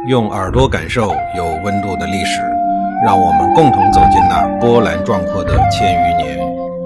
用耳朵感受有温度的历史，让我们共同走进那波澜壮阔的千余年。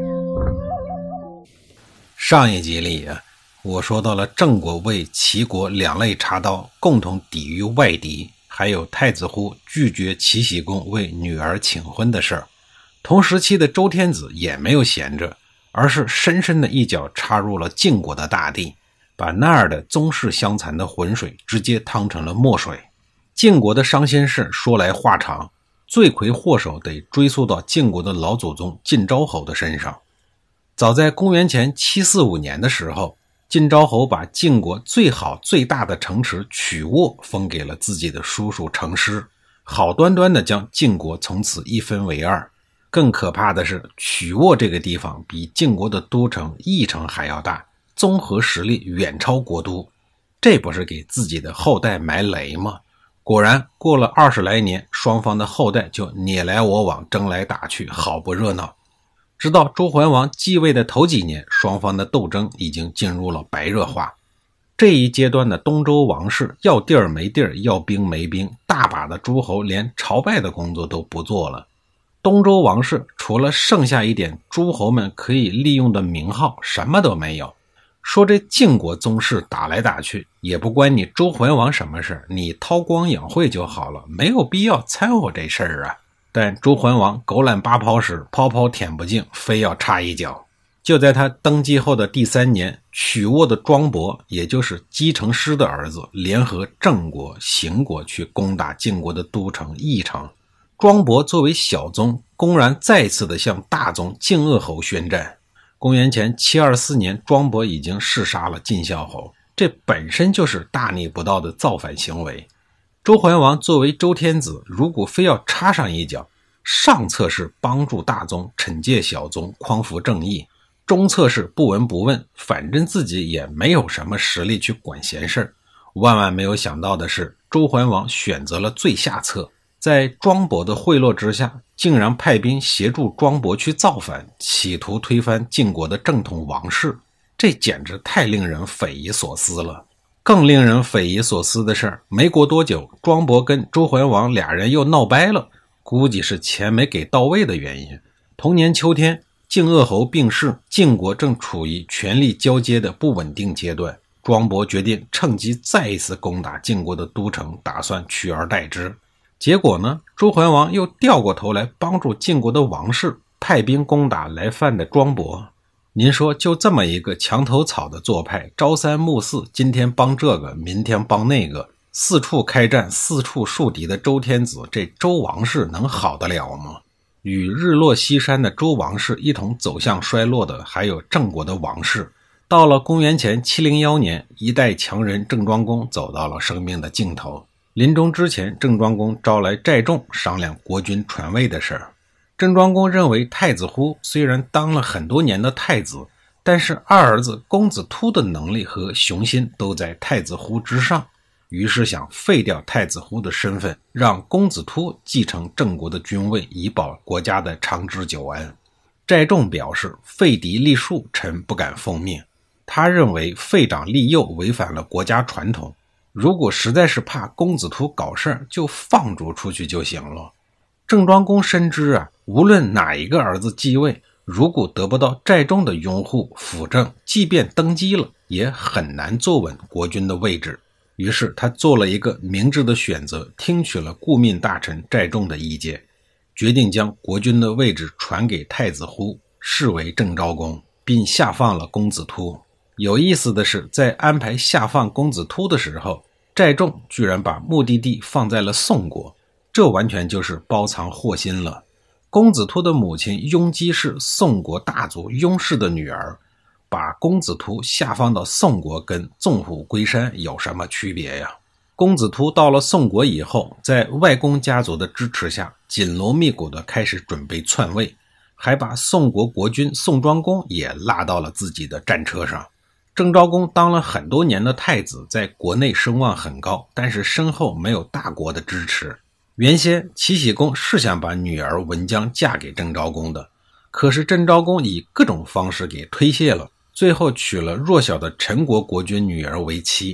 上一集里我说到了郑国为齐国两肋插刀，共同抵御外敌，还有太子忽拒绝齐僖公为女儿请婚的事儿。同时期的周天子也没有闲着，而是深深的一脚插入了晋国的大地，把那儿的宗室相残的浑水直接趟成了墨水。晋国的伤心事说来话长，罪魁祸首得追溯到晋国的老祖宗晋昭侯的身上。早在公元前745年的时候，晋昭侯把晋国最好最大的城池曲沃封给了自己的叔叔成师，好端端的将晋国从此一分为二。更可怕的是，曲沃这个地方比晋国的都城翼城还要大，综合实力远超国都，这不是给自己的后代埋雷吗？果然过了20来年，双方的后代就你来我往，争来打去，好不热闹。直到周桓王继位的头几年，双方的斗争已经进入了白热化。这一阶段的东周王室要地儿没地儿，要兵没兵，大把的诸侯连朝拜的工作都不做了。东周王室除了剩下一点诸侯们可以利用的名号，什么都没有。说这晋国宗室打来打去，也不关你周桓王什么事，你韬光养晦就好了，没有必要掺和这事儿啊。但周桓王狗懒拔刨时，泡泡舔不净，非要插一脚。就在他登基后的第3年，曲沃的庄伯，也就是姬成师的儿子，联合郑国、邢国去攻打晋国的都城翼城。庄伯作为小宗，公然再次的向大宗晋鄂侯宣战。公元前724年，庄伯已经弑杀了晋孝侯，这本身就是大逆不道的造反行为。周桓王作为周天子，如果非要插上一脚，上策是帮助大宗惩戒小宗，匡扶正义，中策是不闻不问，反正自己也没有什么实力去管闲事。万万没有想到的是，周桓王选择了最下策，在庄伯的贿赂之下，竟然派兵协助庄伯去造反，企图推翻晋国的正统王室。这简直太令人匪夷所思了。更令人匪夷所思的是，没过多久，庄伯跟周桓王俩人又闹掰了，估计是钱没给到位的原因。同年秋天，晋鄂侯病逝，晋国正处于权力交接的不稳定阶段，庄伯决定趁机再一次攻打晋国的都城，打算取而代之。结果呢，周桓王又掉过头来帮助晋国的王室，派兵攻打来犯的庄伯。您说就这么一个墙头草的做派，朝三暮四，今天帮这个，明天帮那个，四处开战，四处树敌的周天子，这周王室能好得了吗？与日落西山的周王室一同走向衰落的还有郑国的王室。到了公元前701年，一代强人郑庄公走到了生命的尽头。临终之前，郑庄公招来寨众商量国君传位的事儿。郑庄公认为太子忽虽然当了很多年的太子，但是二儿子公子突的能力和雄心都在太子忽之上，于是想废掉太子忽的身份，让公子突继承郑国的君位，以保国家的长治久安。寨众表示，废嫡立庶，臣不敢奉命。他认为废长立幼违反了国家传统，如果实在是怕公子突搞事儿，就放逐出去就行了。郑庄公深知无论哪一个儿子继位，如果得不到寨众的拥护辅政，即便登基了，也很难坐稳国君的位置。于是他做了一个明智的选择，听取了顾命大臣寨众的意见，决定将国君的位置传给太子忽，视为郑昭公，并下放了公子突。有意思的是，在安排下放公子突的时候，寨众居然把目的地放在了宋国，这完全就是包藏祸心了。公子突的母亲雍姬是宋国大族雍氏的女儿，把公子突下放到宋国跟纵虎归山有什么区别呀？公子突到了宋国以后，在外公家族的支持下，紧锣密鼓地开始准备篡位，还把宋国国君宋庄公也拉到了自己的战车上。郑昭公当了很多年的太子，在国内声望很高，但是身后没有大国的支持。原先齐僖公是想把女儿文姜嫁给郑昭公的，可是郑昭公以各种方式给推卸了，最后娶了弱小的陈国国君女儿为妻，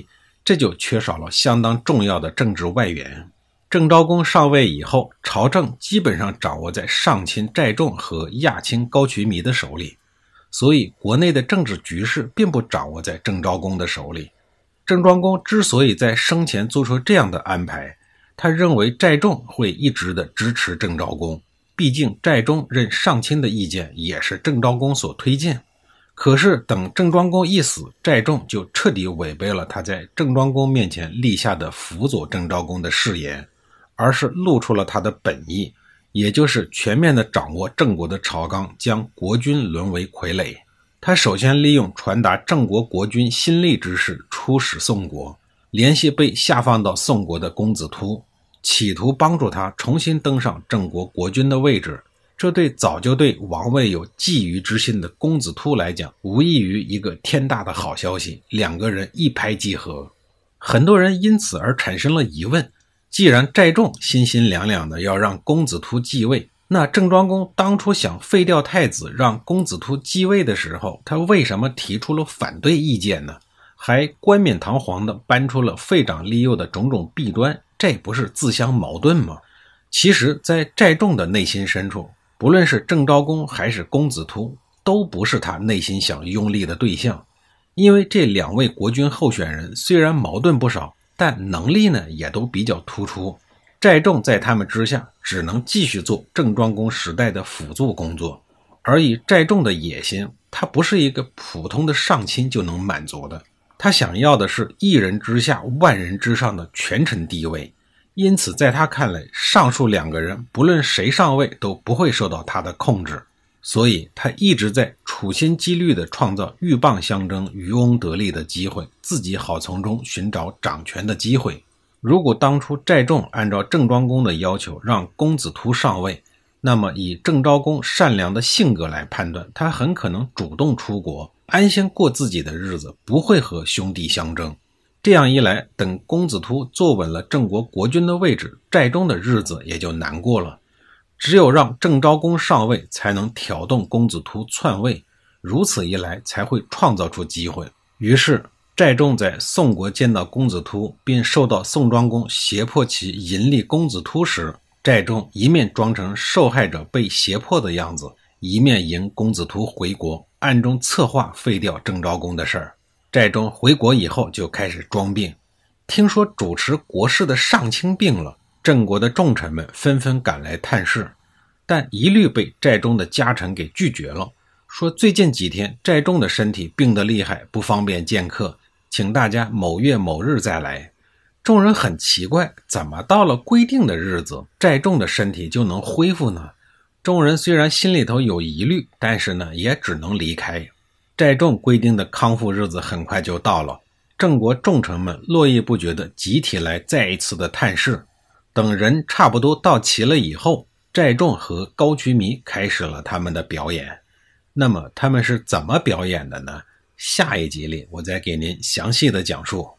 这就缺少了相当重要的政治外援。郑昭公上位以后，朝政基本上掌握在上卿寨仲和亚卿高渠弥的手里，所以国内的政治局势并不掌握在郑昭公的手里。郑庄公之所以在生前做出这样的安排，他认为寨仲会一直的支持郑昭公，毕竟寨仲任上卿的意见也是郑昭公所推荐。可是等郑庄公一死，寨仲就彻底违背了他在郑庄公面前立下的辅佐郑昭公的誓言，而是露出了他的本意，也就是全面的掌握郑国的朝纲，将国君沦为傀儡。他首先利用传达郑国国君新立之事出使宋国，联系被下放到宋国的公子突，企图帮助他重新登上郑国国君的位置。这对早就对王位有觊觎之心的公子突来讲，无异于一个天大的好消息，两个人一拍即合。很多人因此而产生了疑问，既然寨仲心心两两的要让公子突继位，那郑庄公当初想废掉太子让公子突继位的时候，他为什么提出了反对意见呢？还冠冕堂皇的搬出了废长立幼的种种弊端，这不是自相矛盾吗？其实在寨仲的内心深处，不论是郑昭公还是公子突，都不是他内心想拥立的对象。因为这两位国君候选人虽然矛盾不少，但能力呢也都比较突出。寨仲在他们之下只能继续做郑庄公时代的辅助工作，而以寨仲的野心，他不是一个普通的上卿就能满足的，他想要的是一人之下万人之上的权臣地位。因此在他看来，上述两个人不论谁上位都不会受到他的控制，所以他一直在处心积虑地创造鹬蚌相争渔翁得利的机会，自己好从中寻找掌权的机会。如果当初寨仲按照郑庄公的要求让公子突上位，那么以郑昭公善良的性格来判断，他很可能主动出国，安心过自己的日子，不会和兄弟相争。这样一来，等公子突坐稳了郑国国君的位置，寨仲的日子也就难过了。只有让郑昭公上位，才能挑动公子突篡位，如此一来才会创造出机会。于是寨仲在宋国见到公子突，并受到宋庄公胁迫其迎立公子突时，寨仲一面装成受害者被胁迫的样子，一面迎公子突回国，暗中策划废掉郑昭公的事儿。寨仲回国以后就开始装病，听说主持国事的上卿病了，郑国的重臣们纷纷赶来探视，但一律被寨仲的家臣给拒绝了，说最近几天寨仲的身体病得厉害，不方便见客，请大家某月某日再来。众人很奇怪，怎么到了规定的日子，寨仲的身体就能恢复呢？众人虽然心里头有疑虑，但是呢也只能离开。寨仲规定的康复日子很快就到了，郑国重臣们络绎不绝地集体来再一次的探视。等人差不多到齐了以后，寨仲和高渠弥开始了他们的表演。那么他们是怎么表演的呢？下一集里我再给您详细的讲述。